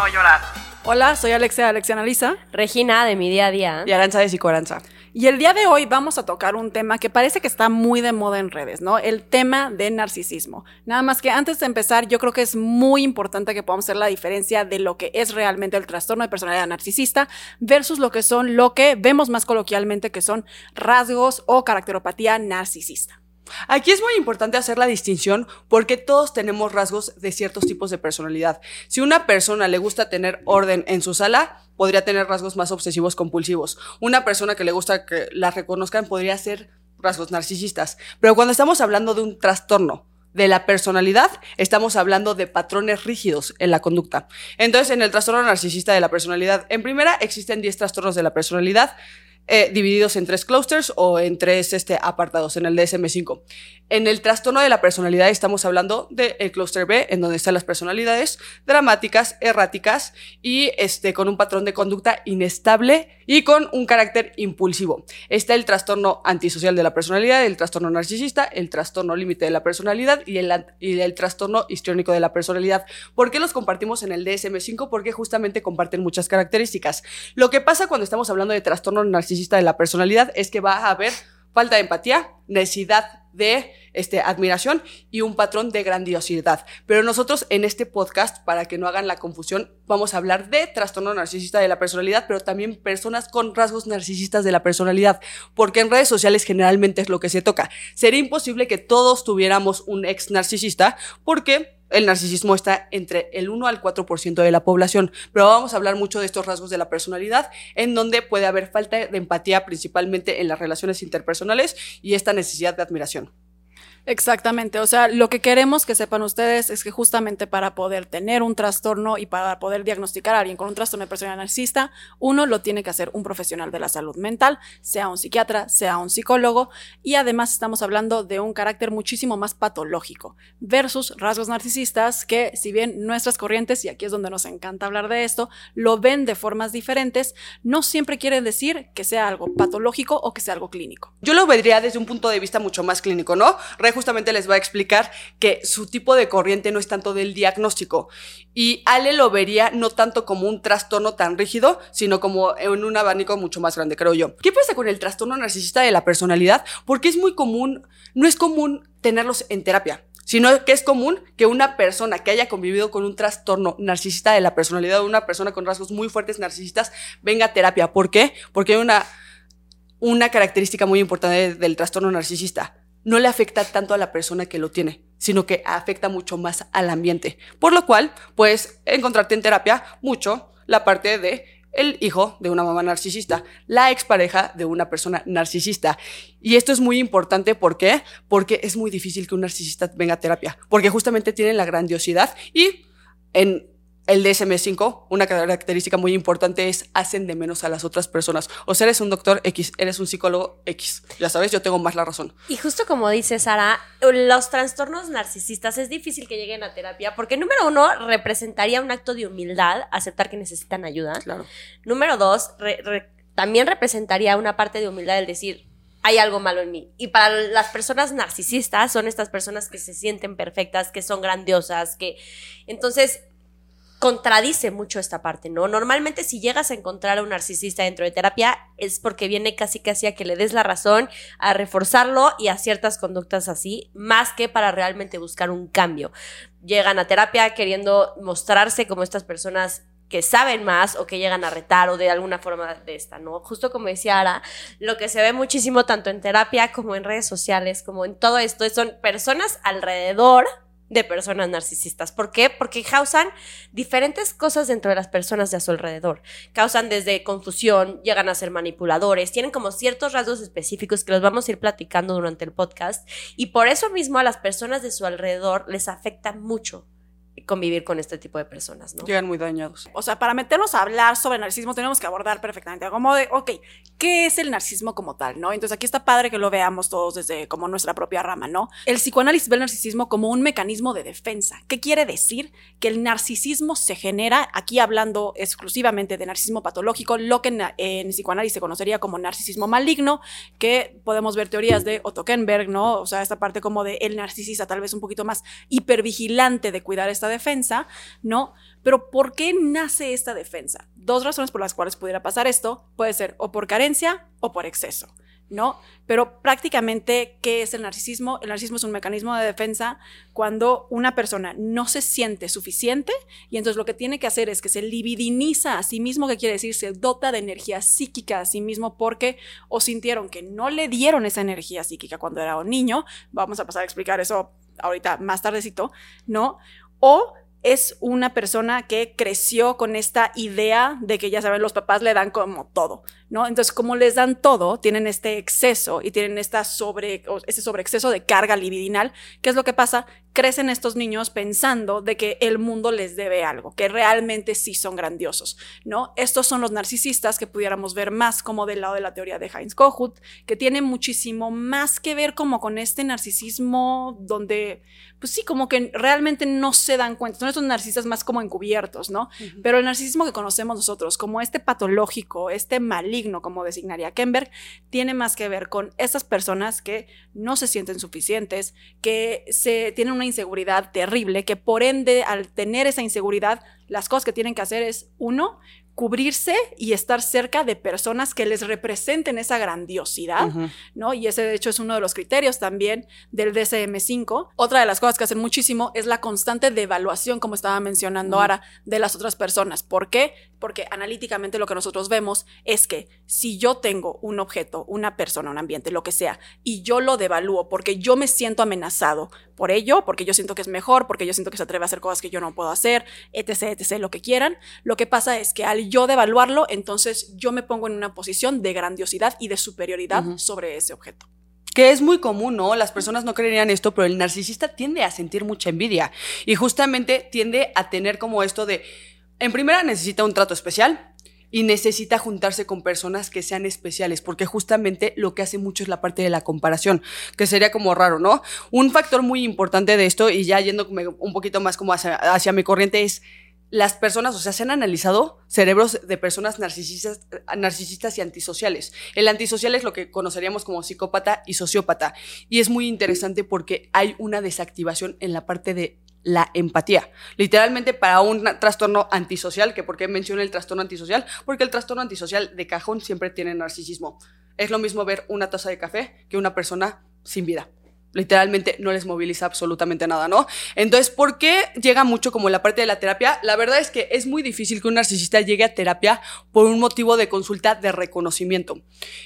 no llorar. Hola, soy Alexia de Alexia Analiza. Regina, de Mi Día a Día. Y Aranza de Psicoaranza. Y el día de hoy vamos a tocar un tema que parece que está muy de moda en redes, ¿no? El tema de narcisismo. Nada más que antes de empezar, yo creo que es muy importante que podamos hacer la diferencia de lo que es realmente el trastorno de personalidad narcisista versus lo que vemos más coloquialmente que son rasgos o caracteropatía narcisista. Aquí es muy importante hacer la distinción porque todos tenemos rasgos de ciertos tipos de personalidad. Si a una persona le gusta tener orden en su sala, podría tener rasgos más obsesivos compulsivos. Una persona que le gusta que la reconozcan podría ser rasgos narcisistas. Pero cuando estamos hablando de un trastorno de la personalidad, estamos hablando de patrones rígidos en la conducta. Entonces, en el trastorno narcisista de la personalidad, en primera existen 10 trastornos de la personalidad, divididos en 3 clusters o en 3 apartados en el DSM-5. En el trastorno de la personalidad estamos hablando del clúster B, en donde están las personalidades dramáticas, erráticas y con un patrón de conducta inestable y con un carácter impulsivo. Está el trastorno antisocial de la personalidad, el trastorno narcisista, el trastorno límite de la personalidad y el trastorno histriónico de la personalidad. ¿Por qué los compartimos en el DSM-5? Porque justamente comparten muchas características. Lo que pasa cuando estamos hablando de trastorno narcisista de la personalidad es que va a haber falta de empatía, necesidad de admiración y un patrón de grandiosidad. Pero nosotros en este podcast, para que no hagan la confusión, vamos a hablar de trastorno narcisista de la personalidad, pero también personas con rasgos narcisistas de la personalidad, porque en redes sociales generalmente es lo que se toca. Sería imposible que todos tuviéramos un ex narcisista, porque el narcisismo está entre el 1 al 4% de la población, pero vamos a hablar mucho de estos rasgos de la personalidad, en donde puede haber falta de empatía, principalmente en las relaciones interpersonales, y esta necesidad de admiración. Exactamente, o sea, lo que queremos que sepan ustedes es que justamente para poder tener un trastorno y para poder diagnosticar a alguien con un trastorno de personalidad narcisista, uno lo tiene que hacer un profesional de la salud mental, sea un psiquiatra, sea un psicólogo, y además estamos hablando de un carácter muchísimo más patológico versus rasgos narcisistas que, si bien nuestras corrientes, y aquí es donde nos encanta hablar de esto, lo ven de formas diferentes, no siempre quiere decir que sea algo patológico o que sea algo clínico. Yo lo vería desde un punto de vista mucho más clínico, ¿no? Justamente les va a explicar que su tipo de corriente no es tanto del diagnóstico, y Ale lo vería no tanto como un trastorno tan rígido, sino como en un abanico mucho más grande, creo yo. ¿Qué pasa con el trastorno narcisista de la personalidad? Porque es muy común, no es común tenerlos en terapia, sino que es común que una persona que haya convivido con un trastorno narcisista de la personalidad o una persona con rasgos muy fuertes narcisistas venga a terapia. ¿Por qué? Porque hay una característica muy importante del trastorno narcisista. No le afecta tanto a la persona que lo tiene, sino que afecta mucho más al ambiente. Por lo cual, puedes encontrarte en terapia mucho la parte de el hijo de una mamá narcisista, la expareja de una persona narcisista. Y esto es muy importante, ¿por qué? Porque es muy difícil que un narcisista venga a terapia, porque justamente tienen la grandiosidad y en el DSM-5, una característica muy importante es hacen de menos a las otras personas. O sea, eres un doctor X, eres un psicólogo X. Ya sabes, yo tengo más la razón. Y justo como dice Sara, los trastornos narcisistas es difícil que lleguen a terapia porque, número 1, representaría un acto de humildad, aceptar que necesitan ayuda. Claro. Número 2, también representaría una parte de humildad el decir, hay algo malo en mí. Y para las personas narcisistas son estas personas que se sienten perfectas, que son grandiosas, que entonces contradice mucho esta parte, ¿no? Normalmente si llegas a encontrar a un narcisista dentro de terapia es porque viene casi a que le des la razón, a reforzarlo y a ciertas conductas así, más que para realmente buscar un cambio. Llegan a terapia queriendo mostrarse como estas personas que saben más o que llegan a retar o de alguna forma de esta, ¿no? Justo como decía Ara, lo que se ve muchísimo tanto en terapia como en redes sociales, como en todo esto, son personas alrededor de personas narcisistas. ¿Por qué? Porque causan diferentes cosas dentro de las personas de a su alrededor. Causan desde confusión, llegan a ser manipuladores, tienen como ciertos rasgos específicos que los vamos a ir platicando durante el podcast, y por eso mismo a las personas de su alrededor les afecta mucho convivir con este tipo de personas, ¿no? Llegan muy dañados. O sea, para meternos a hablar sobre narcisismo tenemos que abordar perfectamente como de, ok, ¿qué es el narcisismo como tal, no? Entonces aquí está padre que lo veamos todos desde como nuestra propia rama, ¿no? El psicoanálisis ve el narcisismo como un mecanismo de defensa. ¿Qué quiere decir? Que el narcisismo se genera, aquí hablando exclusivamente de narcisismo patológico, lo que en psicoanálisis se conocería como narcisismo maligno, que podemos ver teorías de Otto Kernberg, ¿no? O sea, esta parte como de el narcisista tal vez un poquito más hipervigilante de cuidar esta defensa, ¿no? Pero ¿por qué nace esta defensa? 2 razones por las cuales pudiera pasar esto. Puede ser o por carencia o por exceso, ¿no? Pero prácticamente, ¿qué es el narcisismo? El narcisismo es un mecanismo de defensa cuando una persona no se siente suficiente y entonces lo que tiene que hacer es que se libidiniza a sí mismo, que quiere decir se dota de energía psíquica a sí mismo porque o sintieron que no le dieron esa energía psíquica cuando era un niño, vamos a pasar a explicar eso ahorita más tardecito, ¿no? O es una persona que creció con esta idea de que, ya saben, los papás le dan como todo, ¿no? Entonces, como les dan todo, tienen este exceso y tienen ese sobreexceso de carga libidinal. ¿Qué es lo que pasa? Crecen estos niños pensando de que el mundo les debe algo, que realmente sí son grandiosos, ¿no? Estos son los narcisistas que pudiéramos ver más como del lado de la teoría de Heinz Kohut, que tiene muchísimo más que ver como con este narcisismo donde, pues sí, como que realmente no se dan cuenta. Son estos narcisistas más como encubiertos, ¿no? Uh-huh. Pero el narcisismo que conocemos nosotros, como este patológico, este maligno, como designaría Kemberg, tiene más que ver con estas personas que no se sienten suficientes, que tienen una inseguridad terrible, que por ende, al tener esa inseguridad, las cosas que tienen que hacer es, 1, cubrirse y estar cerca de personas que les representen esa grandiosidad, uh-huh, ¿no? Y ese de hecho es uno de los criterios también del DSM-5. Otra de las cosas que hacen muchísimo es la constante devaluación, como estaba mencionando, uh-huh, Ara, de las otras personas. ¿Por qué? Porque analíticamente lo que nosotros vemos es que si yo tengo un objeto, una persona, un ambiente, lo que sea, y yo lo devalúo porque yo me siento amenazado por ello, porque yo siento que es mejor, porque yo siento que se atreve a hacer cosas que yo no puedo hacer, etc., lo que quieran, lo que pasa es que al yo devaluarlo, entonces yo me pongo en una posición de grandiosidad y de superioridad, uh-huh, sobre ese objeto. Que es muy común, ¿no? Las personas no creerían esto, pero el narcisista tiende a sentir mucha envidia y justamente tiende a tener como esto de, en primera necesita un trato especial y necesita juntarse con personas que sean especiales, porque justamente lo que hace mucho es la parte de la comparación, que sería como raro, ¿no? Un factor muy importante de esto, y ya yéndome un poquito más como hacia mi corriente, es las personas, o sea, se han analizado cerebros de personas narcisistas y antisociales. El antisocial es lo que conoceríamos como psicópata y sociópata. Y es muy interesante porque hay una desactivación en la parte de la empatía. Literalmente para un trastorno antisocial, que ¿por qué menciono el trastorno antisocial? Porque el trastorno antisocial de cajón siempre tiene narcisismo. Es lo mismo ver una taza de café que una persona sin vida. Literalmente no les moviliza absolutamente nada, ¿no? Entonces, ¿por qué llega mucho como la parte de la terapia? La verdad es que es muy difícil que un narcisista llegue a terapia por un motivo de consulta de reconocimiento.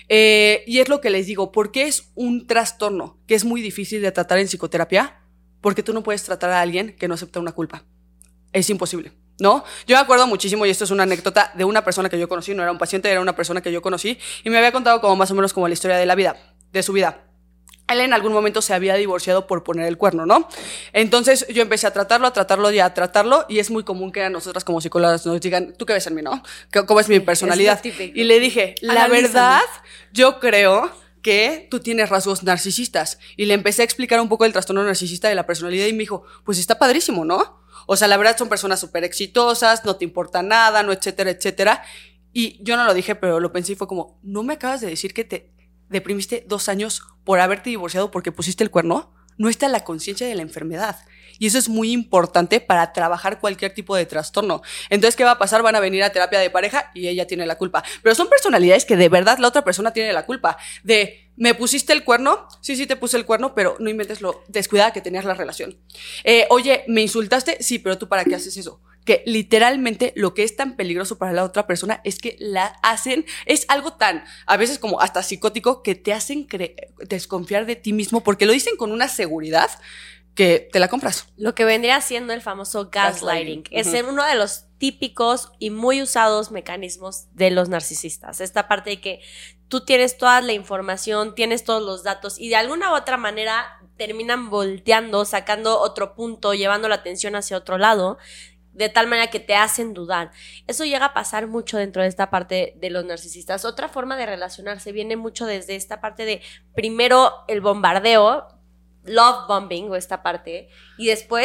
Y es lo que les digo, ¿por qué es un trastorno que es muy difícil de tratar en psicoterapia? Porque tú no puedes tratar a alguien que no acepta una culpa. Es imposible, ¿no? Yo me acuerdo muchísimo, y esto es una anécdota de una persona que yo conocí, no era un paciente, era una persona que yo conocí, y me había contado como más o menos como la historia de la vida, de su vida. Él en algún momento se había divorciado por poner el cuerno, ¿no? Entonces yo empecé a tratarlo, y es muy común que a nosotras como psicólogas nos digan, ¿tú qué ves en mí, no? ¿Cómo es mi personalidad? Y le dije, la verdad, yo creo que tú tienes rasgos narcisistas. Y le empecé a explicar un poco el trastorno narcisista de la personalidad y me dijo, pues está padrísimo, ¿no? O sea, la verdad son personas súper exitosas, no te importa nada, no, etcétera, etcétera. Y yo no lo dije, pero lo pensé y fue como, ¿no me acabas de decir que te deprimiste 2 años por haberte divorciado porque pusiste el cuerno? No está la conciencia de la enfermedad. Y eso es muy importante para trabajar cualquier tipo de trastorno. Entonces, ¿qué va a pasar? Van a venir a terapia de pareja y ella tiene la culpa. Pero son personalidades que de verdad la otra persona tiene la culpa. De, ¿me pusiste el cuerno? Sí, te puse el cuerno, pero no inventes lo descuidada que tenías la relación. Oye, ¿me insultaste? Sí, pero ¿tú para qué haces eso? Que literalmente lo que es tan peligroso para la otra persona es que la hacen, es algo tan, a veces como hasta psicótico, que te hacen desconfiar de ti mismo porque lo dicen con una seguridad que te la compras. Lo que vendría siendo el famoso gaslighting. Es uno de los típicos y muy usados mecanismos de los narcisistas. Esta parte de que tú tienes toda la información, tienes todos los datos y de alguna u otra manera terminan volteando, sacando otro punto, llevando la atención hacia otro lado, de tal manera que te hacen dudar. Eso llega a pasar mucho dentro de esta parte de los narcisistas. Otra forma de relacionarse viene mucho desde esta parte de primero el bombardeo, love bombing o esta parte, y después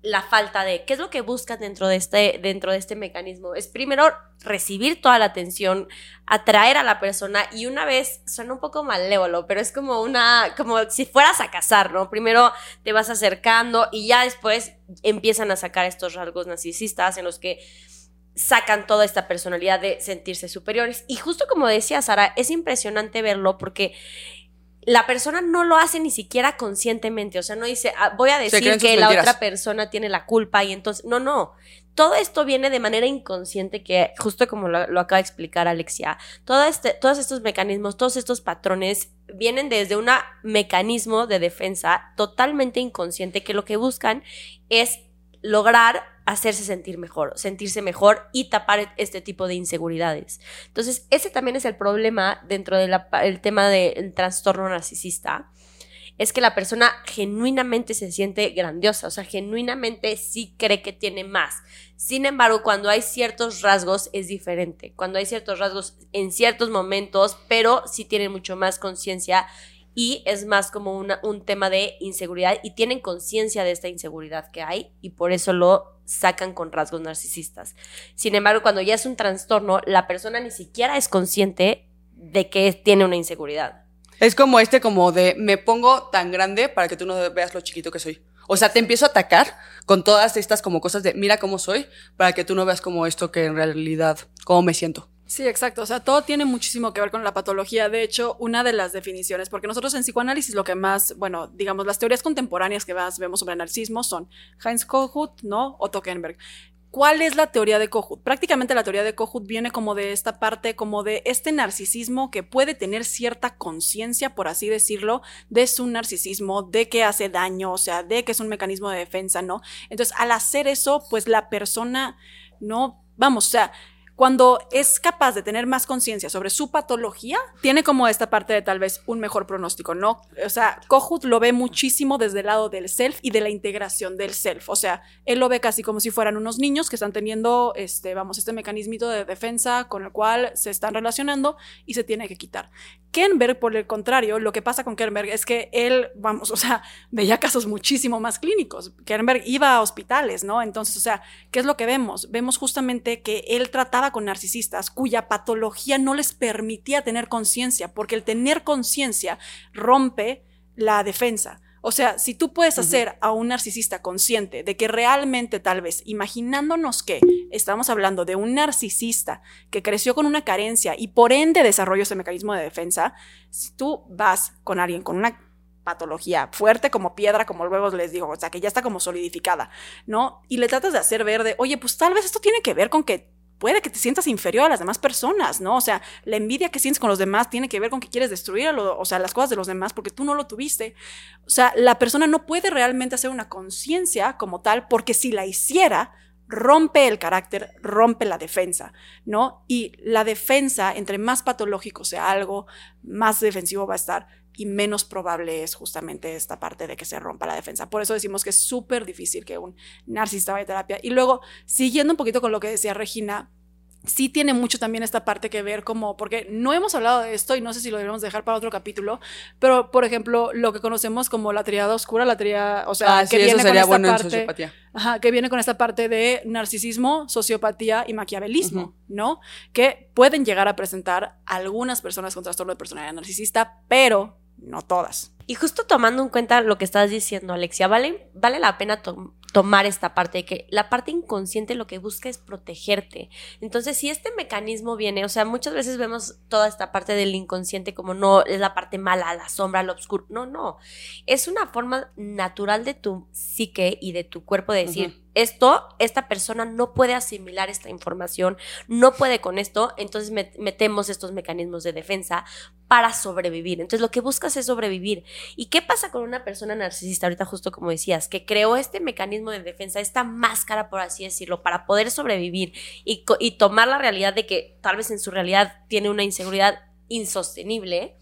la falta de, ¿qué es lo que buscan dentro de este mecanismo? Es primero recibir toda la atención, atraer a la persona, y una vez, suena un poco malévolo, pero es como si fueras a cazar, ¿no? Primero te vas acercando y ya después empiezan a sacar estos rasgos narcisistas en los que sacan toda esta personalidad de sentirse superiores. Y justo como decía Sara, es impresionante verlo porque la persona no lo hace ni siquiera conscientemente, o sea, no dice, voy a decir que la otra persona tiene la culpa y entonces, no. Todo esto viene de manera inconsciente, que justo como lo acaba de explicar Alexia, todos estos mecanismos, todos estos patrones vienen desde un mecanismo de defensa totalmente inconsciente que lo que buscan es lograr hacerse sentirse mejor y tapar este tipo de inseguridades. Entonces, ese también es el problema dentro del tema del trastorno narcisista, es que la persona genuinamente se siente grandiosa, o sea, genuinamente sí cree que tiene más. Sin embargo, cuando hay ciertos rasgos es diferente, cuando hay ciertos rasgos en ciertos momentos, pero sí tienen mucho más conciencia y es más como un tema de inseguridad y tienen conciencia de esta inseguridad que hay y por eso lo sacan con rasgos narcisistas. Sin embargo, cuando ya es un trastorno, la persona ni siquiera es consciente de que tiene una inseguridad. Es como como de me pongo tan grande para que tú no veas lo chiquito que soy. O sea, te empiezo a atacar con todas estas como cosas de mira cómo soy para que tú no veas como esto que en realidad, cómo me siento. Sí, exacto. O sea, todo tiene muchísimo que ver con la patología. De hecho, una de las definiciones, porque nosotros en psicoanálisis lo que más, bueno, digamos, las teorías contemporáneas que más vemos sobre el narcisismo son Heinz Kohut, ¿no? Otto Kernberg. ¿Cuál es la teoría de Kohut? Prácticamente la teoría de Kohut viene como de esta parte, como de este narcisismo que puede tener cierta conciencia, por así decirlo, de su narcisismo, de que hace daño, o sea, de que es un mecanismo de defensa, ¿no? Entonces, al hacer eso, pues la persona, no, vamos, o sea, cuando es capaz de tener más conciencia sobre su patología, tiene como esta parte de tal vez un mejor pronóstico, ¿no? O sea, Kohut lo ve muchísimo desde el lado del self y de la integración del self. O sea, él lo ve casi como si fueran unos niños que están teniendo este mecanismito de defensa con el cual se están relacionando y se tiene que quitar. Kernberg, por el contrario, lo que pasa con Kernberg es que él, vamos, o sea, veía casos muchísimo más clínicos. Kernberg iba a hospitales, ¿no? Entonces, o sea, ¿qué es lo que vemos? Vemos justamente que él trataba con narcisistas cuya patología no les permitía tener conciencia, porque el tener conciencia rompe la defensa. O sea, si tú puedes hacer a un narcisista consciente de que realmente tal vez, imaginándonos que estamos hablando de un narcisista que creció con una carencia y por ende desarrolló ese mecanismo de defensa, si tú vas con alguien con una patología fuerte como piedra, como luego les digo, o sea, que ya está como solidificada, ¿no? Y le tratas de hacer ver de, oye, pues tal vez esto tiene que ver con que puede que te sientas inferior a las demás personas, ¿no? O sea, la envidia que sientes con los demás tiene que ver con que quieres destruir o sea, las cosas de los demás porque tú no lo tuviste. O sea, la persona no puede realmente hacer una conciencia como tal porque si la hiciera, rompe el carácter, rompe la defensa, ¿no? Y la defensa, entre más patológico sea algo, más defensivo va a estar y menos probable es justamente esta parte de que se rompa la defensa. Por eso decimos que es súper difícil que un narcisista vaya a terapia. Y luego, siguiendo un poquito con lo que decía Regina, sí tiene mucho también esta parte que ver como, porque no hemos hablado de esto y no sé si lo debemos dejar para otro capítulo, pero por ejemplo, lo que conocemos como la tríada oscura, la tríada, o sea, que viene con esta bueno parte, en sociopatía. Ajá, que viene con esta parte de narcisismo, sociopatía y maquiavelismo, ¿no? Que pueden llegar a presentar algunas personas con trastorno de personalidad narcisista, pero no todas. Y justo tomando en cuenta lo que estás diciendo, Alexia, vale la pena tomar esta parte de que la parte inconsciente lo que busca es protegerte. Entonces, si este mecanismo viene, o sea, muchas veces vemos toda esta parte del inconsciente como no es la parte mala, la sombra, lo oscuro. No. Es una forma natural de tu psique y de tu cuerpo de decir, esta persona no puede asimilar esta información, no puede con esto, entonces metemos estos mecanismos de defensa para sobrevivir. Entonces, lo que buscas es sobrevivir. ¿Y qué pasa con una persona narcisista? Ahorita justo como decías, que creó este mecanismo de defensa, esta máscara, por así decirlo, para poder sobrevivir y tomar la realidad de que tal vez en su realidad tiene una inseguridad insostenible,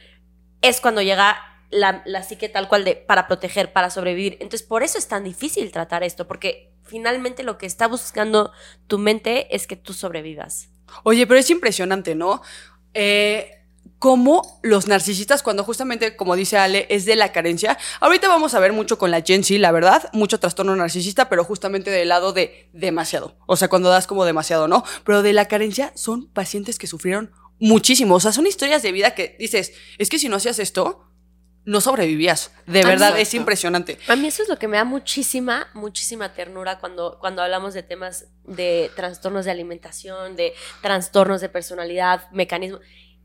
es cuando llega la psique tal cual de para proteger, para sobrevivir. Entonces, por eso es tan difícil tratar esto, porque finalmente lo que está buscando tu mente es que tú sobrevivas. Oye, pero es impresionante, ¿no? cómo los narcisistas, cuando justamente, como dice Ale, es de la carencia. Ahorita vamos a ver mucho con la Gen Z, la verdad, mucho trastorno narcisista, pero justamente del lado de demasiado. O sea, cuando das como demasiado, ¿no? Pero de la carencia son pacientes que sufrieron muchísimo. O sea, son historias de vida que dices, es que si no hacías esto, no sobrevivías. De verdad, es impresionante. A mí eso es lo que me da muchísima ternura cuando hablamos de temas de trastornos de alimentación, de trastornos de personalidad, mecanismos.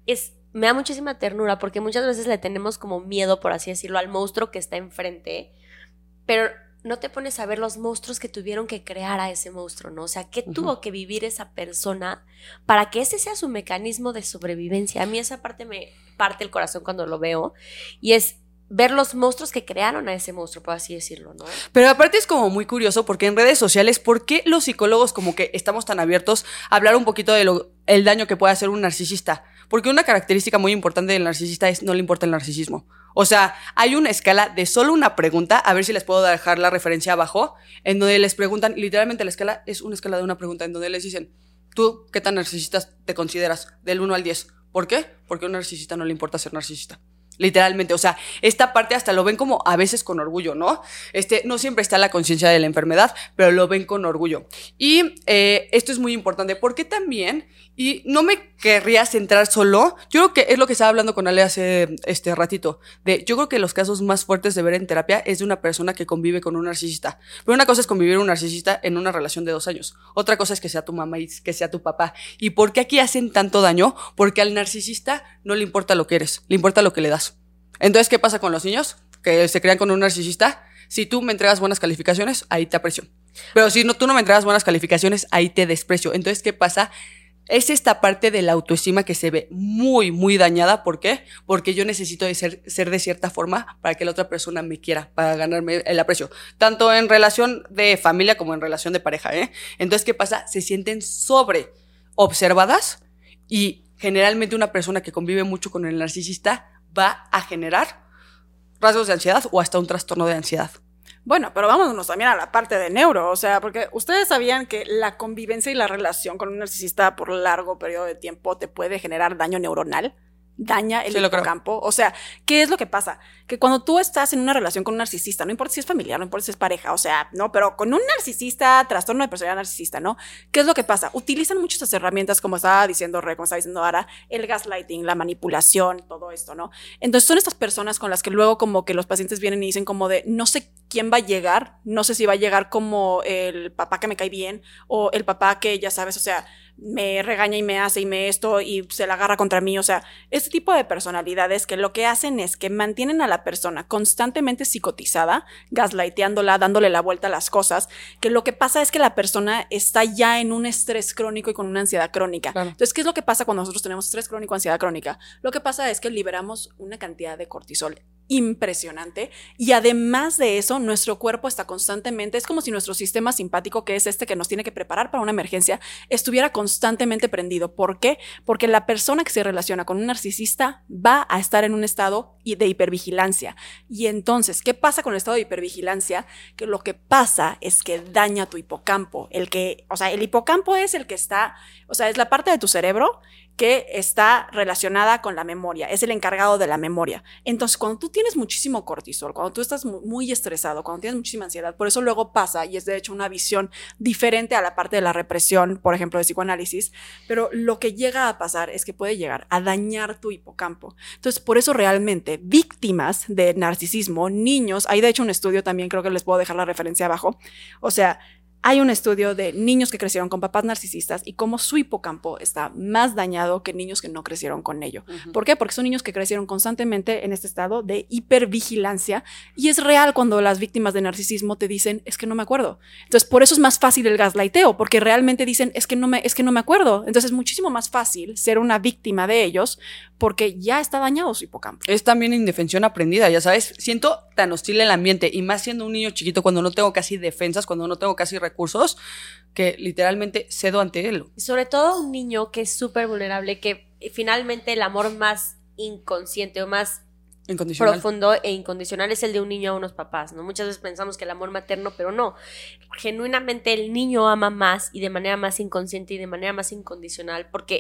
Me da muchísima ternura porque muchas veces le tenemos como miedo, por así decirlo, al monstruo que está enfrente, pero no te pones a ver los monstruos que tuvieron que crear a ese monstruo, ¿no? O sea, ¿qué tuvo que vivir esa persona para que ese sea su mecanismo de sobrevivencia? A mí esa parte me parte el corazón cuando lo veo, y es ver los monstruos que crearon a ese monstruo, por así decirlo, ¿no? Pero aparte es como muy curioso porque en redes sociales, ¿por qué los psicólogos como que estamos tan abiertos a hablar un poquito de el daño que puede hacer un narcisista? Porque una característica muy importante del narcisista es no le importa el narcisismo. O sea, hay una escala de solo una pregunta, a ver si les puedo dejar la referencia abajo, en donde les preguntan, literalmente la escala es una escala de una pregunta, en donde les dicen, ¿tú qué tan narcisista te consideras? Del 1 al 10. ¿Por qué? Porque a un narcisista no le importa ser narcisista. Literalmente, o sea, esta parte hasta lo ven como a veces con orgullo, ¿no? No siempre está la conciencia de la enfermedad, pero lo ven con orgullo. Y esto es muy importante, porque también, y no me querría centrar solo, yo creo que es lo que estaba hablando con Ale hace ratito, yo creo que los casos más fuertes de ver en terapia es de una persona que convive con un narcisista. Pero una cosa es convivir con un narcisista en una relación de 2 años, otra cosa es que sea tu mamá y que sea tu papá. ¿Y por qué aquí hacen tanto daño? Porque al narcisista no le importa lo que eres, le importa lo que le das. Entonces, ¿qué pasa con los niños que se crean con un narcisista? Si tú me entregas buenas calificaciones, ahí te aprecio. Pero si no, tú no me entregas buenas calificaciones, ahí te desprecio. Entonces, ¿qué pasa? Es esta parte de la autoestima que se ve muy, muy dañada. ¿Por qué? Porque yo necesito ser de cierta forma para que la otra persona me quiera, para ganarme el aprecio. Tanto en relación de familia como en relación de pareja, ¿eh? Entonces, ¿qué pasa? Se sienten sobre observadas y generalmente una persona que convive mucho con el narcisista va a generar rasgos de ansiedad o hasta un trastorno de ansiedad. Bueno, pero vámonos también a la parte de neuro, o sea, porque ustedes sabían que la convivencia y la relación con un narcisista por largo periodo de tiempo te puede generar daño neuronal. Daña el hipocampo. O sea, ¿qué es lo que pasa? Que cuando tú estás en una relación con un narcisista, no importa si es familiar, no importa si es pareja, o sea, no, pero con un narcisista, trastorno de personalidad narcisista, ¿no? ¿Qué es lo que pasa? Utilizan muchas herramientas, como estaba diciendo Re, como estaba diciendo Ara, el gaslighting, la manipulación, todo esto, ¿no? Entonces son estas personas con las que luego como que los pacientes vienen y dicen como de, no sé quién va a llegar, no sé si va a llegar como el papá que me cae bien o el papá que, ya sabes, o sea, me regaña y me hace y me esto y se la agarra contra mí, o sea, este tipo de personalidades que lo que hacen es que mantienen a la persona constantemente psicotizada, gaslighteándola, dándole la vuelta a las cosas, que lo que pasa es que la persona está ya en un estrés crónico y con una ansiedad crónica. Claro. Entonces, ¿qué es lo que pasa cuando nosotros tenemos estrés crónico, ansiedad crónica? Lo que pasa es que liberamos una cantidad de cortisol impresionante y además de eso nuestro cuerpo está constantemente, es como si nuestro sistema simpático, que es este que nos tiene que preparar para una emergencia, estuviera constantemente prendido. ¿Por qué? Porque la persona que se relaciona con un narcisista va a estar en un estado de hipervigilancia. Y entonces, ¿qué pasa con el estado de hipervigilancia? Que lo que pasa es que daña tu hipocampo. El hipocampo es el que está, o sea, es la parte de tu cerebro que está relacionada con la memoria, es el encargado de la memoria. Entonces, cuando tú tienes muchísimo cortisol, cuando tú estás muy estresado, cuando tienes muchísima ansiedad, por eso luego pasa, y es de hecho una visión diferente a la parte de la represión, por ejemplo, de psicoanálisis, pero lo que llega a pasar es que puede llegar a dañar tu hipocampo. Entonces, por eso realmente, víctimas de narcisismo, niños, hay de hecho un estudio también, creo que les puedo dejar la referencia abajo, o sea, hay un estudio de niños que crecieron con papás narcisistas y cómo su hipocampo está más dañado que niños que no crecieron con ello. Uh-huh. ¿Por qué? Porque son niños que crecieron constantemente en este estado de hipervigilancia y es real cuando las víctimas de narcisismo te dicen, es que no me acuerdo. Entonces, por eso es más fácil el gaslighteo, porque realmente dicen, es que no me acuerdo. Entonces, es muchísimo más fácil ser una víctima de ellos porque ya está dañado su hipocampo. Es también indefensión aprendida, ya sabes. Siento tan hostil el ambiente y más siendo un niño chiquito cuando no tengo casi defensas, cuando no tengo casi recursos, que literalmente cedo ante él. Sobre todo un niño que es súper vulnerable, que finalmente el amor más inconsciente o más profundo e incondicional es el de un niño a unos papás, ¿no? Muchas veces pensamos que el amor materno, pero no. Genuinamente el niño ama más y de manera más inconsciente y de manera más incondicional porque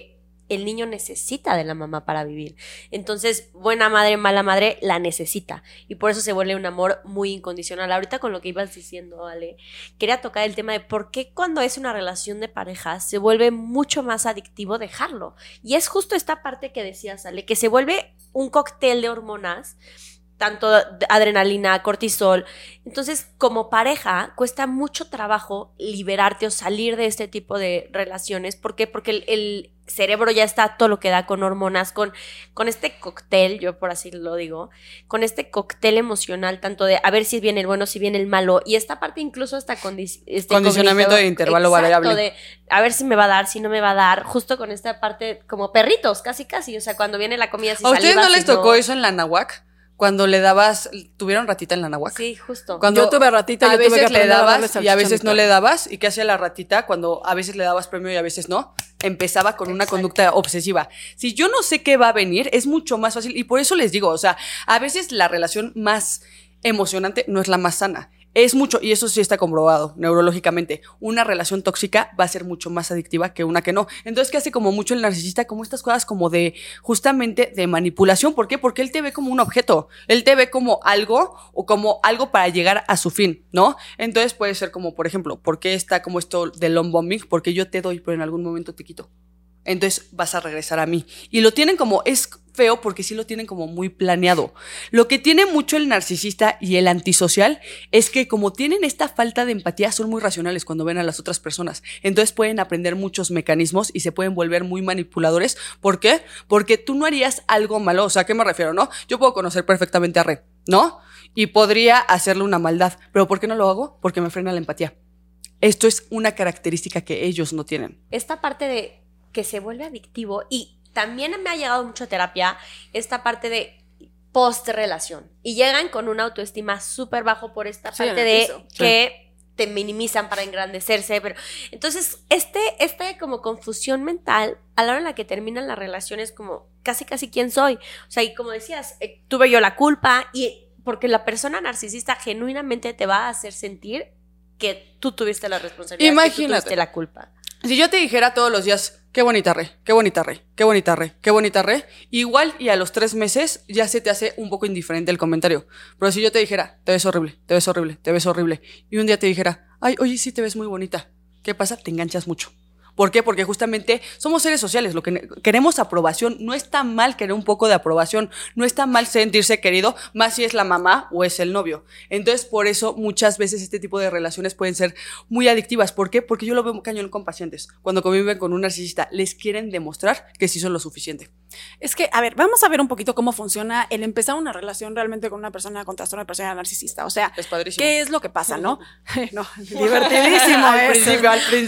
el niño necesita de la mamá para vivir. Entonces, buena madre, mala madre, la necesita. Y por eso se vuelve un amor muy incondicional. Ahorita con lo que ibas diciendo, Ale, quería tocar el tema de por qué cuando es una relación de pareja se vuelve mucho más adictivo dejarlo. Y es justo esta parte que decías, Ale, que se vuelve un cóctel de hormonas, tanto adrenalina, cortisol. Entonces, como pareja, cuesta mucho trabajo liberarte o salir de este tipo de relaciones. ¿Por qué? Porque el cerebro ya está todo lo que da con hormonas, con este cóctel, yo por así lo digo, con este cóctel emocional, tanto de a ver si viene el bueno, si viene el malo, y esta parte incluso hasta condicionamiento de intervalo variable. De a ver si me va a dar, si no me va a dar, justo con esta parte como perritos, casi, o sea, cuando viene la comida, si ¿a ustedes no les tocó no... eso en la náhuac? Cuando le dabas, ¿tuvieron ratita en la náhuac? Sí, justo. Cuando yo tuve ratita, a yo tuve veces que le aprender a darle dabas y a veces salchicha no le dabas. ¿Y qué hacía la ratita cuando a veces le dabas premio y a veces no? Empezaba con una conducta obsesiva. Si yo no sé qué va a venir, es mucho más fácil. Y por eso les digo, o sea, a veces la relación más emocionante no es la más sana. Es mucho, y eso sí está comprobado neurológicamente, una relación tóxica va a ser mucho más adictiva que una que no. Entonces, ¿qué hace como mucho el narcisista? Como estas cosas como de, justamente, de manipulación. ¿Por qué? Porque él te ve como un objeto. Él te ve como algo o como algo para llegar a su fin, ¿no? Entonces puede ser como, por ejemplo, ¿por qué está como esto del love bombing? Porque yo te doy, pero en algún momento te quito. Entonces vas a regresar a mí. Y lo tienen como, es feo porque sí lo tienen como muy planeado. Lo que tiene mucho el narcisista y el antisocial es que como tienen esta falta de empatía, son muy racionales cuando ven a las otras personas. Entonces pueden aprender muchos mecanismos y se pueden volver muy manipuladores. ¿Por qué? Porque tú no harías algo malo. O sea, ¿a qué me refiero, no? Yo puedo conocer perfectamente a Re, ¿no? Y podría hacerle una maldad. ¿Pero por qué no lo hago? Porque me frena la empatía. Esto es una característica que ellos no tienen. Esta parte de que se vuelve adictivo, y también me ha llegado mucho a terapia esta parte de post-relación, y llegan con una autoestima súper bajo por esta parte de que te minimizan para engrandecerse, pero entonces esta como confusión mental a la hora en la que terminan las relaciones, como casi quién soy, o sea, y como decías, tuve yo la culpa, y porque la persona narcisista genuinamente te va a hacer sentir que tú tuviste la responsabilidad, imagínate, que tú tuviste la culpa. Si yo te dijera todos los días, qué bonita Re, qué bonita Re, qué bonita Re, qué bonita Re, igual y a los 3 meses ya se te hace un poco indiferente el comentario. Pero si yo te dijera, te ves horrible, te ves horrible, te ves horrible, y un día te dijera, ay, oye, sí te ves muy bonita, ¿qué pasa? Te enganchas mucho. ¿Por qué? Porque justamente somos seres sociales, lo que queremos aprobación. No está mal querer un poco de aprobación, no está mal sentirse querido, más si es la mamá o es el novio. Entonces, por eso muchas veces este tipo de relaciones pueden ser muy adictivas. ¿Por qué? Porque yo lo veo cañón con pacientes. Cuando conviven con un narcisista, les quieren demostrar que sí son lo suficiente. Es que, a ver, vamos a ver un poquito cómo funciona el empezar una relación realmente con una persona con trastorno de personalidad narcisista. O sea, es padrísimo. ¿Qué es lo que pasa, no? No, divertidísimo. Al principio.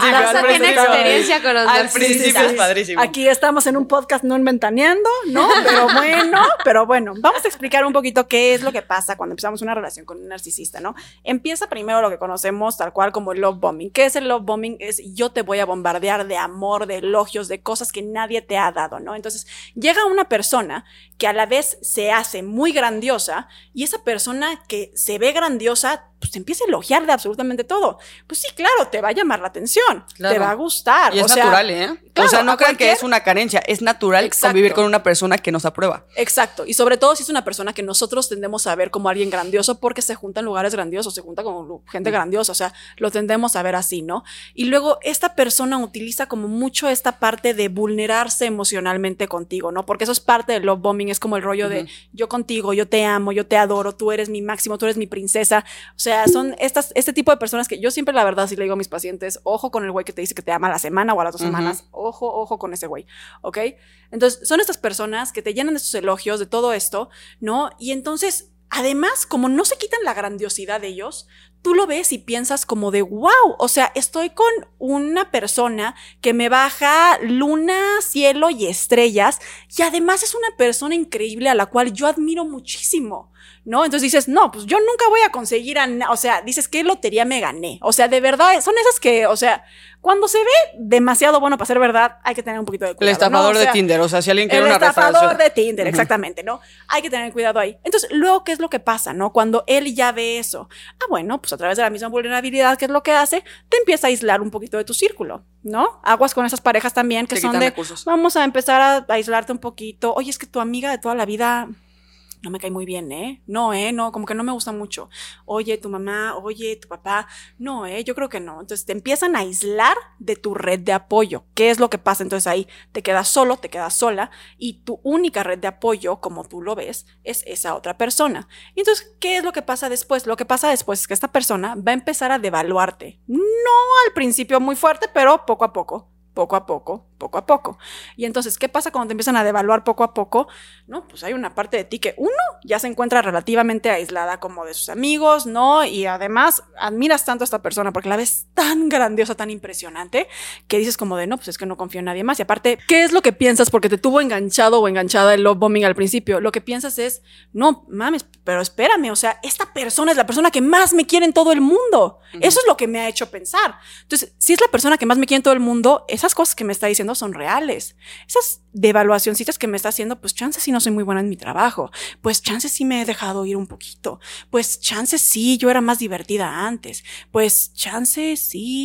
Con los al principio es padrísimo. Aquí estamos en un podcast no inventaneando, ¿no? Pero bueno, vamos a explicar un poquito qué es lo que pasa cuando empezamos una relación con un narcisista, ¿no? Empieza primero lo que conocemos tal cual como el love bombing. ¿Qué es el love bombing? Es yo te voy a bombardear de amor, de elogios, de cosas que nadie te ha dado, ¿no? Entonces llega una persona que a la vez se hace muy grandiosa, y esa persona que se ve grandiosa pues te empieza a elogiar de absolutamente todo. Pues sí, claro, te va a llamar la atención, claro, te va a gustar. Y es natural, ¿eh? Claro, o sea, no crean que es una carencia, es natural convivir con una persona que nos aprueba. Exacto, y sobre todo si es una persona que nosotros tendemos a ver como alguien grandioso porque se junta en lugares grandiosos, se junta con gente grandiosa, o sea, lo tendemos a ver así, ¿no? Y luego esta persona utiliza como mucho esta parte de vulnerarse emocionalmente contigo, ¿no? Porque eso es parte del love bombing, es como el rollo de yo contigo, yo te amo, yo te adoro, tú eres mi máximo, tú eres mi princesa. O sea, son este tipo de personas que yo siempre, la verdad, sí le digo a mis pacientes, ojo con el güey que te dice que te ama a la semana o a las 2 semanas, ojo con ese güey, ¿ok? Entonces, son estas personas que te llenan de sus elogios, de todo esto, ¿no? Y entonces, además, como no se quitan la grandiosidad de ellos, tú lo ves y piensas como de wow, o sea, estoy con una persona que me baja luna, cielo y estrellas, y además es una persona increíble a la cual yo admiro muchísimo. ¿no? Entonces dices, no, pues yo nunca voy a conseguir o sea, dices, ¿qué lotería me gané? O sea, de verdad, son esas que, o sea, cuando se ve demasiado bueno para ser verdad, hay que tener un poquito de cuidado. El estafador, ¿no? O sea, de Tinder, o sea, si alguien quiere el una estafador referencia. de Tinder, exactamente, ¿no? Hay que tener cuidado ahí. Entonces, luego, ¿qué es lo que pasa, no? Cuando él ya ve eso, bueno, pues a través de la misma vulnerabilidad, ¿qué es lo que hace? Te empieza a aislar un poquito de tu círculo, ¿no? Aguas con esas parejas también que Te son quitan de, recursos. vamos a empezar a aislarte un poquito. Oye, es que tu amiga de toda la vida no me cae muy bien, ¿eh? No, como que no me gusta mucho. Oye, tu mamá, oye, tu papá, no, yo creo que no. Entonces te empiezan a aislar de tu red de apoyo. ¿Qué es lo que pasa? Entonces ahí te quedas solo, te quedas sola y tu única red de apoyo, como tú lo ves, es esa otra persona. Y entonces, ¿qué es lo que pasa después? Lo que pasa después es que esta persona va a empezar a devaluarte. No al principio muy fuerte, pero poco a poco. Poco a poco, poco a poco. Y entonces, ¿qué pasa cuando te empiezan a devaluar poco a poco? No, pues hay una parte de ti que uno ya se encuentra relativamente aislada como de sus amigos, ¿no? Y además admiras tanto a esta persona porque la ves tan grandiosa, tan impresionante, que dices como de, no, pues es que no confío en nadie más. Y aparte, ¿qué es lo que piensas? Porque te tuvo enganchado o enganchada el love bombing al principio. Lo que piensas es, no, mames, pero espérame, o sea, esta persona es la persona que más me quiere en todo el mundo. Eso es lo que me ha hecho pensar. Entonces, si es la persona que más me quiere en todo el mundo, esas cosas que me está diciendo son reales. Esas devaluacioncitas que me está haciendo, pues chances sí no soy muy buena en mi trabajo, pues chances sí me he dejado ir un poquito, pues chances sí yo era más divertida antes, pues chances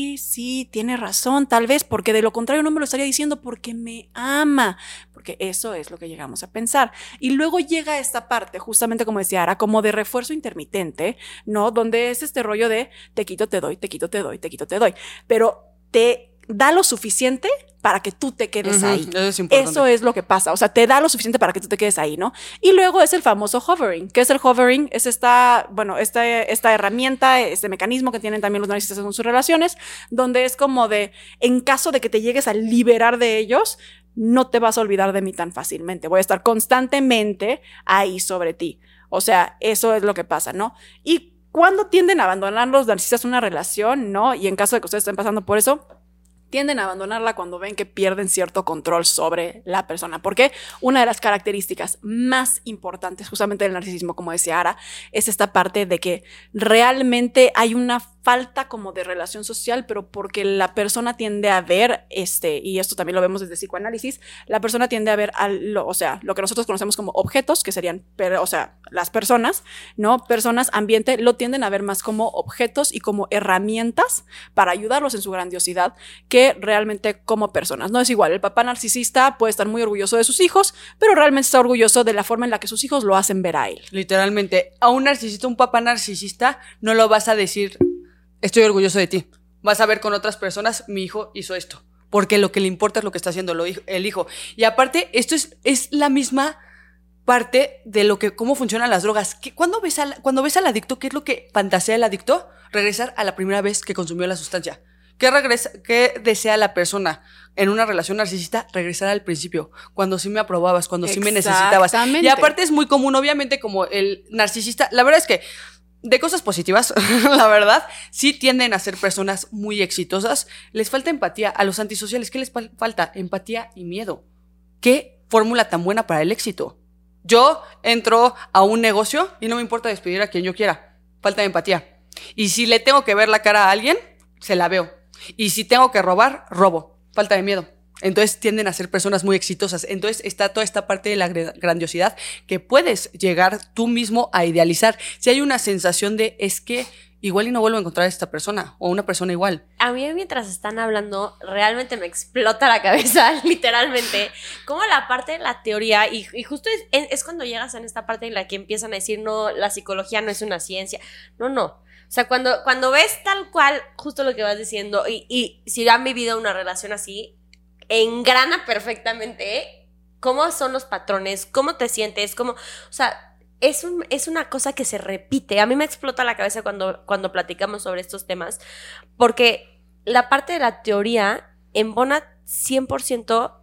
sí, tiene razón, tal vez, porque de lo contrario no me lo estaría diciendo porque me ama, porque eso es lo que llegamos a pensar. Y luego llega esta parte, justamente como decía Ara, como de refuerzo intermitente, ¿no? Donde es este rollo de te quito, te doy, te quito, te doy, te quito, te doy, pero te da lo suficiente para que tú te quedes ahí. Eso es importante. Eso es lo que pasa. O sea, te da lo suficiente para que tú te quedes ahí, ¿no? Y luego es el famoso hovering. ¿Qué es el hovering? Es esta herramienta, este mecanismo que tienen también los narcisistas en sus relaciones, donde es como de, en caso de que te llegues a liberar de ellos, no te vas a olvidar de mí tan fácilmente. Voy a estar constantemente ahí sobre ti. O sea, eso es lo que pasa, ¿no? Y cuando tienden a abandonar los narcisistas una relación, ¿no? Y en caso de que ustedes estén pasando por eso, tienden a abandonarla cuando ven que pierden cierto control sobre la persona. Porque una de las características más importantes justamente del narcisismo, como decía Ara, es esta parte de que realmente hay una falta como de relación social, pero porque la persona tiende a ver, y esto también lo vemos desde psicoanálisis, la persona tiende a ver, o sea, lo que nosotros conocemos como objetos, que serían, o sea, las personas, ¿no? Personas, ambiente, lo tienden a ver más como objetos y como herramientas para ayudarlos en su grandiosidad que realmente como personas. No es igual, el papá narcisista puede estar muy orgulloso de sus hijos, pero realmente está orgulloso de la forma en la que sus hijos lo hacen ver a él. Literalmente, a un narcisista, un papá narcisista, no lo vas a decir, estoy orgulloso de ti. Vas a ver con otras personas, mi hijo hizo esto. Porque lo que le importa es lo que está haciendo el hijo. Y aparte, esto es la misma parte de lo que, cómo funcionan las drogas. Cuando ves al adicto, ¿qué es lo que fantasea el adicto? Regresar a la primera vez que consumió la sustancia. ¿Qué desea la persona en una relación narcisista? Regresar al principio, cuando sí me aprobabas, cuando sí me necesitabas. Y aparte es muy común, obviamente, como el narcisista, la verdad es que de cosas positivas, la verdad, sí tienden a ser personas muy exitosas. Les falta empatía. A los antisociales, ¿qué les falta? Empatía y miedo. ¿Qué fórmula tan buena para el éxito? Yo entro a un negocio y no me importa despedir a quien yo quiera. Falta de empatía. Y si le tengo que ver la cara a alguien, se la veo. Y si tengo que robar, robo. Falta de miedo. Entonces tienden a ser personas muy exitosas. Entonces está toda esta parte de la grandiosidad que puedes llegar tú mismo a idealizar. Si hay una sensación de, es que igual y no vuelvo a encontrar a esta persona o una persona igual. A mí mientras están hablando, realmente me explota la cabeza, literalmente. Como la parte de la teoría, y justo es cuando llegas en esta parte en la que empiezan a decir, no, la psicología no es una ciencia. No. O sea, cuando ves tal cual justo lo que vas diciendo y si han vivido una relación así, engrana perfectamente cómo son los patrones, cómo te sientes, o sea, es una cosa que se repite. A mí me explota la cabeza cuando platicamos sobre estos temas, porque la parte de la teoría embona 100%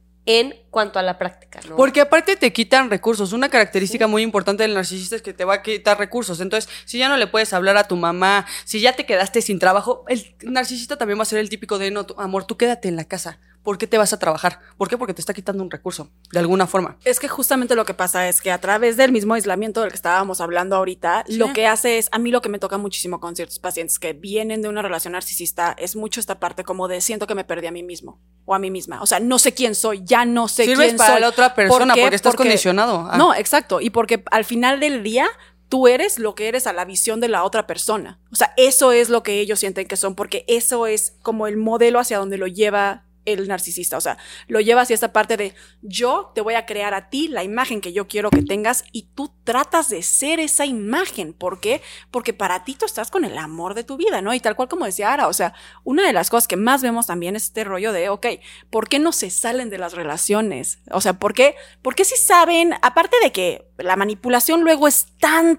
en cuanto a la práctica, ¿no? Porque aparte te quitan recursos. Una característica muy importante del narcisista es que te va a quitar recursos. Entonces, si ya no le puedes hablar a tu mamá, si ya te quedaste sin trabajo, el narcisista también va a ser el típico de, no, amor, tú quédate en la casa. ¿por qué te vas a trabajar? ¿Por qué? Porque te está quitando un recurso, de alguna forma. Es que justamente lo que pasa es que a través del mismo aislamiento del que estábamos hablando ahorita, lo que hace es, a mí lo que me toca muchísimo con ciertos pacientes que vienen de una relación narcisista es mucho esta parte como de siento que me perdí a mí mismo o a mí misma. O sea, no sé quién soy, ya no sé quién soy. Sirves para la otra persona porque estás condicionado. No, exacto. Y porque al final del día tú eres lo que eres a la visión de la otra persona. O sea, eso es lo que ellos sienten que son, porque eso es como el modelo hacia donde lo lleva el narcisista. O sea, lo lleva hacia esta parte de yo te voy a crear a ti la imagen que yo quiero que tengas y tú tratas de ser esa imagen. ¿Por qué? Porque para ti tú estás con el amor de tu vida, ¿no? Y tal cual como decía Ara, o sea, una de las cosas que más vemos también es este rollo de, ok, ¿por qué no se salen de las relaciones? O sea, ¿por qué si saben, aparte de que la manipulación luego es tan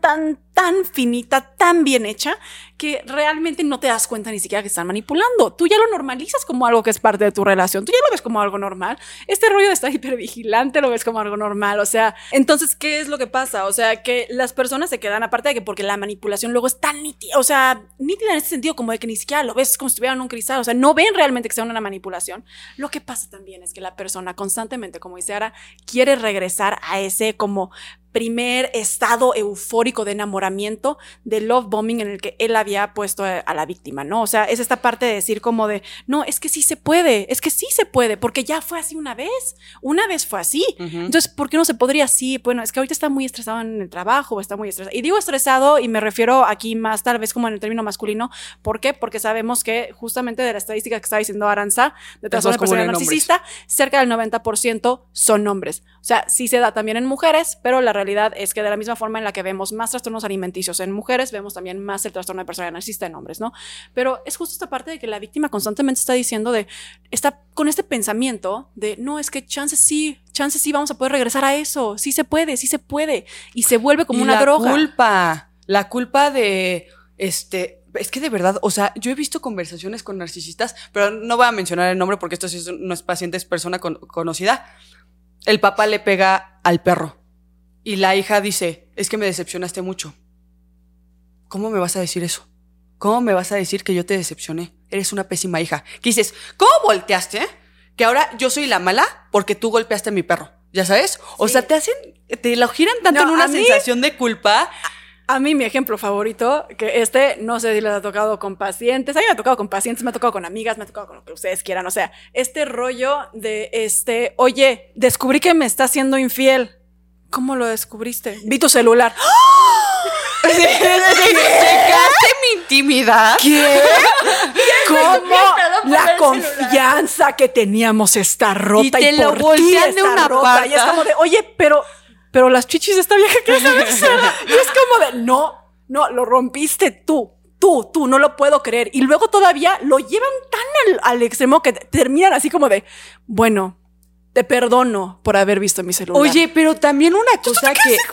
finita, tan bien hecha, que realmente no te das cuenta ni siquiera que están manipulando. Tú ya lo normalizas como algo que es parte de tu relación. Tú ya lo ves como algo normal. Este rollo de estar hipervigilante lo ves como algo normal. O sea, entonces, ¿qué es lo que pasa? O sea, que las personas se quedan, aparte de que porque la manipulación luego es tan nítida, o sea, nítida en este sentido como de que ni siquiera lo ves como si estuvieran en un cristal. O sea, no ven realmente que sea una manipulación. Lo que pasa también es que la persona constantemente, como dice Ara, quiere regresar a ese como primer estado eufórico de enamoramiento, de love bombing en el que él había puesto a la víctima, ¿no? O sea, es esta parte de decir como de, no, es que sí se puede, porque ya fue así una vez fue así. Entonces, ¿por qué no se podría así? Bueno, es que ahorita está muy estresado en el trabajo, está muy estresado. Y digo estresado y me refiero aquí más tal vez como en el término masculino. ¿Por qué? Porque sabemos que justamente de la estadística que estaba diciendo Aranza, de trastorno de personalidad narcisista, cerca del 90% son hombres. O sea, sí se da también en mujeres, pero la realidad es que de la misma forma en la que vemos más trastornos alimenticios en mujeres, vemos también más el trastorno de personalidad narcisista en hombres, ¿no? Pero es justo esta parte de que la víctima constantemente está diciendo está con este pensamiento de, no, es que chances sí vamos a poder regresar a eso, sí se puede, y se vuelve como una droga. La culpa de, es que de verdad, o sea, yo he visto conversaciones con narcisistas, pero no voy a mencionar el nombre porque esto sí no es paciente, es persona conocida. El papá le pega al perro y la hija dice, es que me decepcionaste mucho. ¿Cómo me vas a decir eso? ¿Cómo me vas a decir que yo te decepcioné? Eres una pésima hija. ¿Qué dices? ¿Cómo volteaste? Que ahora yo soy la mala porque tú golpeaste a mi perro. ¿Ya sabes? O sea, te lo giran tanto en una sensación de culpa. A mí mi ejemplo favorito, que no sé si les ha tocado con pacientes, a mí me ha tocado con pacientes, me ha tocado con amigas, me ha tocado con lo que ustedes quieran, o sea, este rollo de oye, descubrí que me estás siendo infiel. ¿Cómo lo descubriste? Vi tu celular. ¿Checaste mi intimidad? ¿Qué? ¿Cómo? La confianza que teníamos está rota y te lo voltean de una rota. Y es como de, oye, pero las chichis de esta vieja, ¿qué sabes? Y es como de, no, lo rompiste tú, no lo puedo creer. Y luego todavía lo llevan tan al extremo que terminan así como de, bueno, te perdono por haber visto mi celular. Oye, pero también una cosa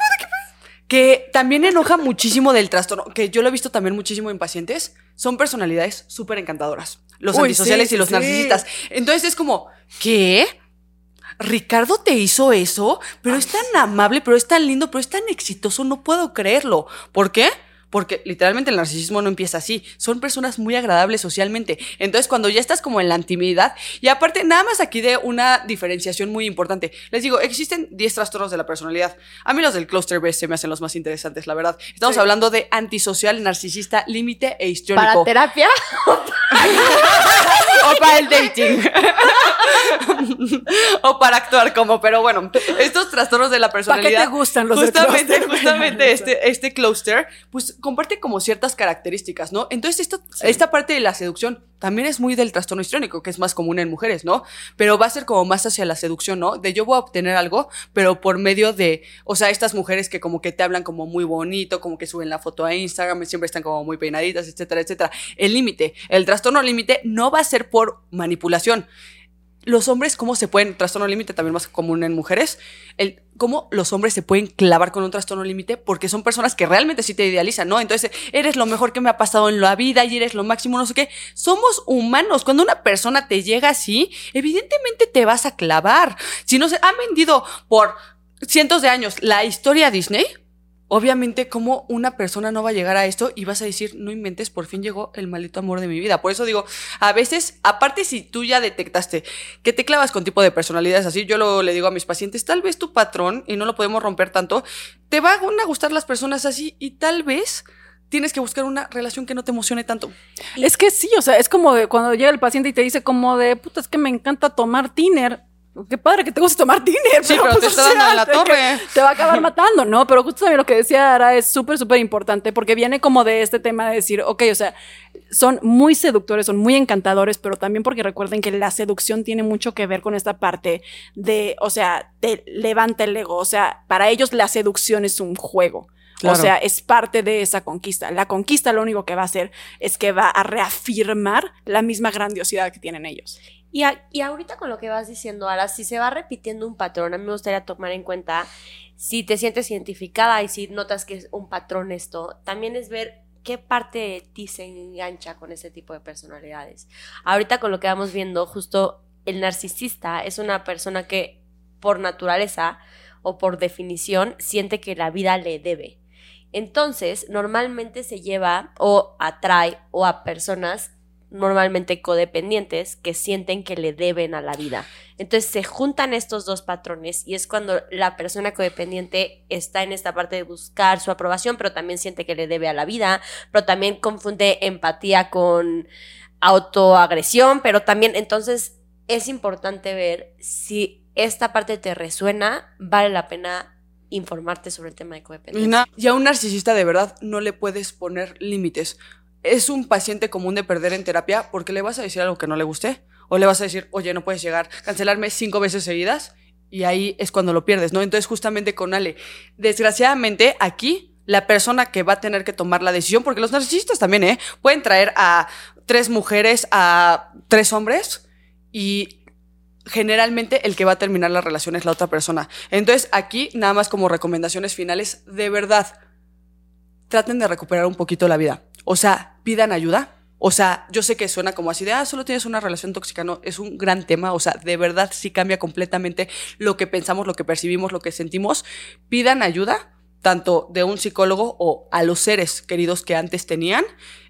que también enoja muchísimo del trastorno, que yo lo he visto también muchísimo en pacientes, son personalidades súper encantadoras. Los antisociales y los narcisistas. Entonces es como, ¿qué? ¿Ricardo te hizo eso? Pero es tan amable, pero es tan lindo, pero es tan exitoso, no puedo creerlo. ¿Por qué? Porque literalmente el narcisismo no empieza así. Son personas muy agradables socialmente. Entonces, cuando ya estás como en la intimidad, y aparte, nada más aquí de una diferenciación muy importante. Les digo, existen 10 trastornos de la personalidad. A mí los del Cluster B se me hacen los más interesantes, la verdad. Estamos hablando de antisocial, narcisista, límite e histriónico. ¿Para terapia? O para el dating. O para actuar como, pero bueno, estos trastornos de la personalidad. ¿Para qué te gustan los Justamente este cluster, pues comparte como ciertas características, ¿no? Entonces esta parte de la seducción también es muy del trastorno histriónico, que es más común en mujeres, ¿no? Pero va a ser como más hacia la seducción, ¿no? De yo voy a obtener algo, pero por medio de, o sea, estas mujeres que como que te hablan como muy bonito, como que suben la foto a Instagram, siempre están como muy peinaditas, etcétera, etcétera. El trastorno límite no va a ser por manipulación. Los hombres, ¿cómo se pueden? Trastorno límite también más común en mujeres. ¿Cómo los hombres se pueden clavar con un trastorno límite? Porque son personas que realmente sí te idealizan, ¿no? Entonces, eres lo mejor que me ha pasado en la vida y eres lo máximo, no sé qué. Somos humanos. Cuando una persona te llega así, evidentemente te vas a clavar. Si no se ha vendido por cientos de años la historia Disney, obviamente, ¿cómo una persona no va a llegar a esto y vas a decir, no inventes, por fin llegó el maldito amor de mi vida? Por eso digo, a veces, aparte si tú ya detectaste que te clavas con tipo de personalidades así, yo le digo a mis pacientes, tal vez tu patrón, y no lo podemos romper tanto, te van a gustar las personas así y tal vez tienes que buscar una relación que no te emocione tanto. Es que sí, o sea, es como de cuando llega el paciente y te dice como de, puta, es que me encanta tomar tiner. Qué padre que te guste tomar tiner. Sí, pero te está dando en la torre. Te va a acabar matando, ¿no? Pero justo también lo que decía Ara es súper, súper importante porque viene como de este tema de decir, ok, o sea, son muy seductores, son muy encantadores, pero también porque recuerden que la seducción tiene mucho que ver con esta parte de, o sea, te levanta el ego. O sea, para ellos la seducción es un juego. Claro. O sea, es parte de esa conquista. La conquista lo único que va a hacer es que va a reafirmar la misma grandiosidad que tienen ellos. Y ahorita con lo que vas diciendo, Ara, si se va repitiendo un patrón, a mí me gustaría tomar en cuenta si te sientes identificada y si notas que es un patrón esto, también es ver qué parte de ti se engancha con ese tipo de personalidades. Ahorita con lo que vamos viendo, justo el narcisista es una persona que por naturaleza o por definición siente que la vida le debe. Entonces, normalmente se lleva o atrae o a personas normalmente codependientes que sienten que le deben a la vida. Entonces se juntan estos dos patrones y es cuando la persona codependiente está en esta parte de buscar su aprobación, pero también siente que le debe a la vida, pero también confunde empatía con autoagresión, pero también entonces es importante ver si esta parte te resuena, vale la pena informarte sobre el tema de codependencia. Y a un narcisista de verdad no le puedes poner límites. Es un paciente común de perder en terapia porque le vas a decir algo que no le guste o le vas a decir, oye, no puedes cancelarme 5 veces seguidas y ahí es cuando lo pierdes, ¿no? Entonces justamente con Ale, desgraciadamente aquí la persona que va a tener que tomar la decisión, porque los narcisistas también, pueden traer a 3 mujeres, a 3 hombres y generalmente el que va a terminar la relación es la otra persona. Entonces aquí nada más como recomendaciones finales, de verdad, traten de recuperar un poquito la vida. O sea, pidan ayuda. O sea, yo sé que suena como así de, solo tienes una relación tóxica. No, es un gran tema. O sea, de verdad sí cambia completamente lo que pensamos, lo que percibimos, lo que sentimos. Pidan ayuda, tanto de un psicólogo o a los seres queridos que antes tenían,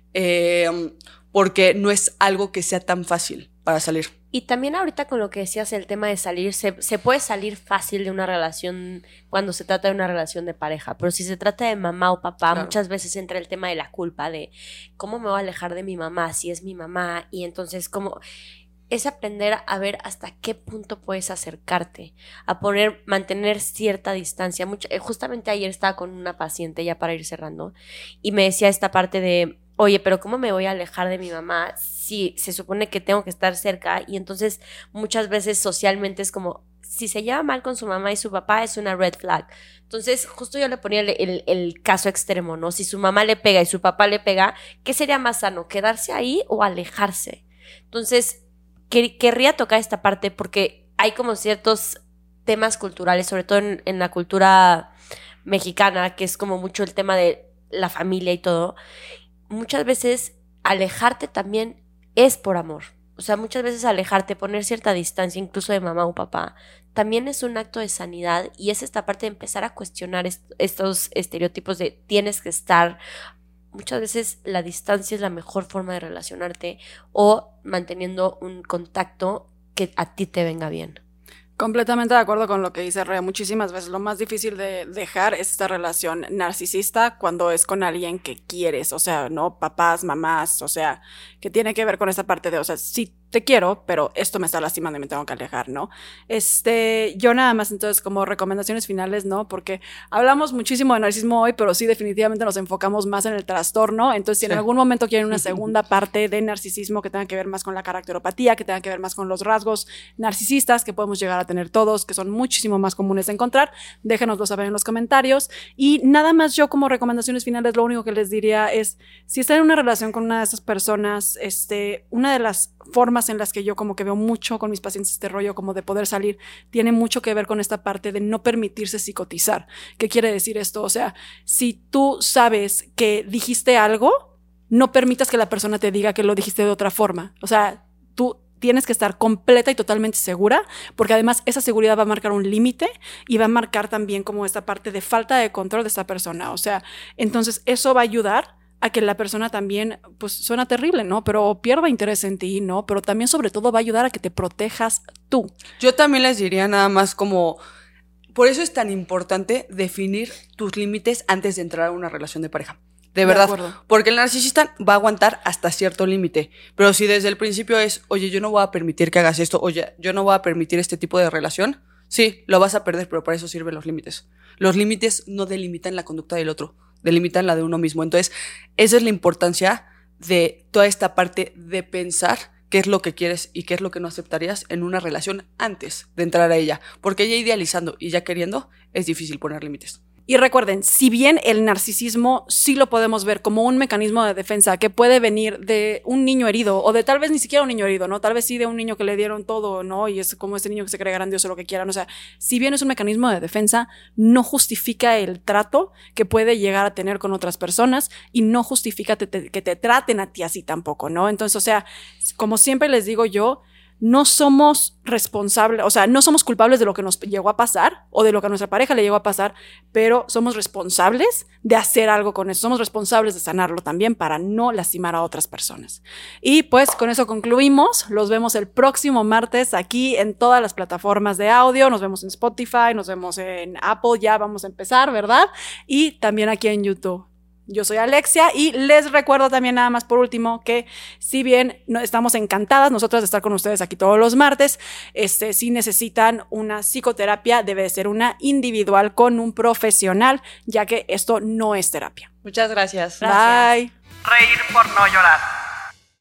porque no es algo que sea tan fácil para salir. Y también ahorita con lo que decías, el tema de salir, se puede salir fácil de una relación cuando se trata de una relación de pareja, pero si se trata de mamá o papá, claro, muchas veces entra el tema de la culpa, de cómo me voy a alejar de mi mamá si es mi mamá, y entonces como es aprender a ver hasta qué punto puedes acercarte, a mantener cierta distancia. Justamente ayer estaba con una paciente, ya para ir cerrando, y me decía esta parte de, oye, pero ¿cómo me voy a alejar de mi mamá si se supone que tengo que estar cerca? Y entonces muchas veces socialmente es como, si se lleva mal con su mamá y su papá es una red flag. Entonces justo yo le ponía el caso extremo, ¿no? Si su mamá le pega y su papá le pega, ¿qué sería más sano? ¿Quedarse ahí o alejarse? Entonces querría tocar esta parte porque hay como ciertos temas culturales, sobre todo en la cultura mexicana, que es como mucho el tema de la familia y todo. Muchas veces alejarte también es por amor. O sea, muchas veces alejarte, poner cierta distancia, incluso de mamá o papá, también es un acto de sanidad y es esta parte de empezar a cuestionar estos estereotipos de tienes que estar. Muchas veces la distancia es la mejor forma de relacionarte o manteniendo un contacto que a ti te venga bien. Completamente de acuerdo con lo que dice Rea. Muchísimas veces lo más difícil de dejar es esta relación narcisista cuando es con alguien que quieres, o sea, no papás, mamás, o sea, que tiene que ver con esta parte de, o sea, sí te quiero, pero esto me está lastimando y me tengo que alejar, ¿no? Yo nada más entonces como recomendaciones finales, ¿no? Porque hablamos muchísimo de narcisismo hoy, pero sí definitivamente nos enfocamos más en el trastorno. Entonces, si en algún momento quieren una segunda parte de narcisismo que tenga que ver más con la caracteropatía, que tenga que ver más con los rasgos narcisistas que podemos llegar a tener todos, que son muchísimo más comunes de encontrar, déjenoslo saber en los comentarios. Y nada más yo como recomendaciones finales, lo único que les diría es, si están en una relación con una de esas personas, una de las formas en las que yo como que veo mucho con mis pacientes este rollo como de poder salir, tiene mucho que ver con esta parte de no permitirse psicotizar. ¿Qué quiere decir esto? O sea, si tú sabes que dijiste algo, no permitas que la persona te diga que lo dijiste de otra forma. O sea, tú tienes que estar completa y totalmente segura, porque además esa seguridad va a marcar un límite y va a marcar también como esta parte de falta de control de esta persona. O sea, entonces eso va a ayudar a que la persona también, pues suena terrible, ¿no? Pero pierda interés en ti, ¿no? Pero también sobre todo va a ayudar a que te protejas tú. Yo también les diría nada más como, por eso es tan importante definir tus límites antes de entrar a una relación de pareja. De verdad, acuerdo. porque el narcisista va a aguantar hasta cierto límite, pero si desde el principio es, oye, yo no voy a permitir que hagas esto, oye, yo no voy a permitir este tipo de relación, sí, lo vas a perder, pero para eso sirven los límites. Los límites no delimitan la conducta del otro, delimitan la de uno mismo. Entonces, esa es la importancia de toda esta parte de pensar qué es lo que quieres y qué es lo que no aceptarías en una relación antes de entrar a ella, porque ya idealizando y ya queriendo, es difícil poner límites. Y recuerden, si bien el narcisismo sí lo podemos ver como un mecanismo de defensa que puede venir de un niño herido, o de tal vez ni siquiera un niño herido, ¿no? Tal vez sí de un niño que le dieron todo, ¿no? Y es como ese niño que se cree grandioso, lo que quieran. O sea, si bien es un mecanismo de defensa, no justifica el trato que puede llegar a tener con otras personas y no justifica que te traten a ti así tampoco, ¿no? Entonces, o sea, como siempre les digo yo, no somos responsables, o sea, no somos culpables de lo que nos llegó a pasar o de lo que a nuestra pareja le llegó a pasar, pero somos responsables de hacer algo con eso, somos responsables de sanarlo también para no lastimar a otras personas. Y pues con eso concluimos, los vemos el próximo martes aquí en todas las plataformas de audio, nos vemos en Spotify, nos vemos en Apple, ya vamos a empezar, ¿verdad? Y también aquí en YouTube. Yo soy Alexia y les recuerdo también nada más por último que si bien no estamos encantadas nosotras de estar con ustedes aquí todos los martes, si necesitan una psicoterapia debe de ser una individual con un profesional, ya que esto no es terapia. Muchas gracias. Gracias. Bye. Reír por no llorar.